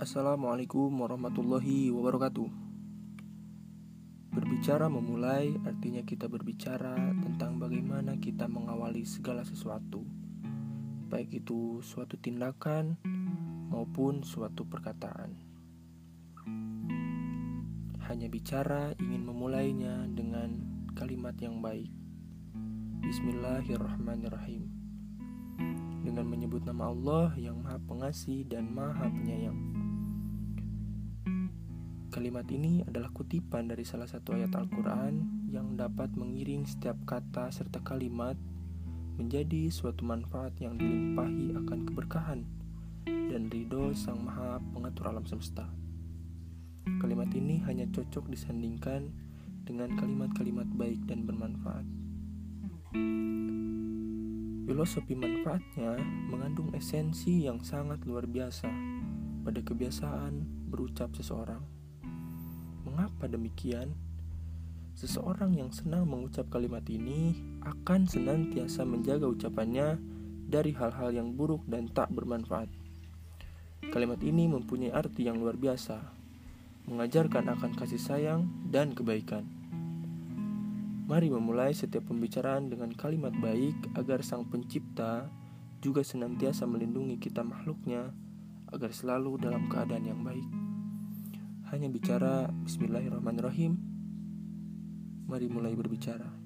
Assalamualaikum warahmatullahi wabarakatuh. Berbicara memulai artinya kita berbicara tentang bagaimana kita mengawali segala sesuatu, baik itu suatu tindakan maupun suatu perkataan. Hanya bicara ingin memulainya dengan kalimat yang baik. Bismillahirrahmanirrahim. Dengan menyebut nama Allah yang Maha Pengasih dan Maha Penyayang. Kalimat ini adalah kutipan dari salah satu ayat Al-Quran yang dapat mengiring setiap kata serta kalimat menjadi suatu manfaat yang dilimpahi akan keberkahan dan ridho Sang Maha Pengatur alam semesta. Kalimat ini hanya cocok disandingkan dengan kalimat-kalimat baik dan bermanfaat. Filosofi manfaatnya mengandung esensi yang sangat luar biasa pada kebiasaan berucap seseorang. Mengapa demikian? Seseorang yang senang mengucap kalimat ini akan senantiasa menjaga ucapannya dari hal-hal yang buruk dan tak bermanfaat. Kalimat ini mempunyai arti yang luar biasa, mengajarkan akan kasih sayang dan kebaikan. Mari memulai setiap pembicaraan dengan kalimat baik agar Sang Pencipta juga senantiasa melindungi kita makhluknya agar selalu dalam keadaan yang baik. Hanya bicara Bismillahirrahmanirrahim. Mari mulai berbicara.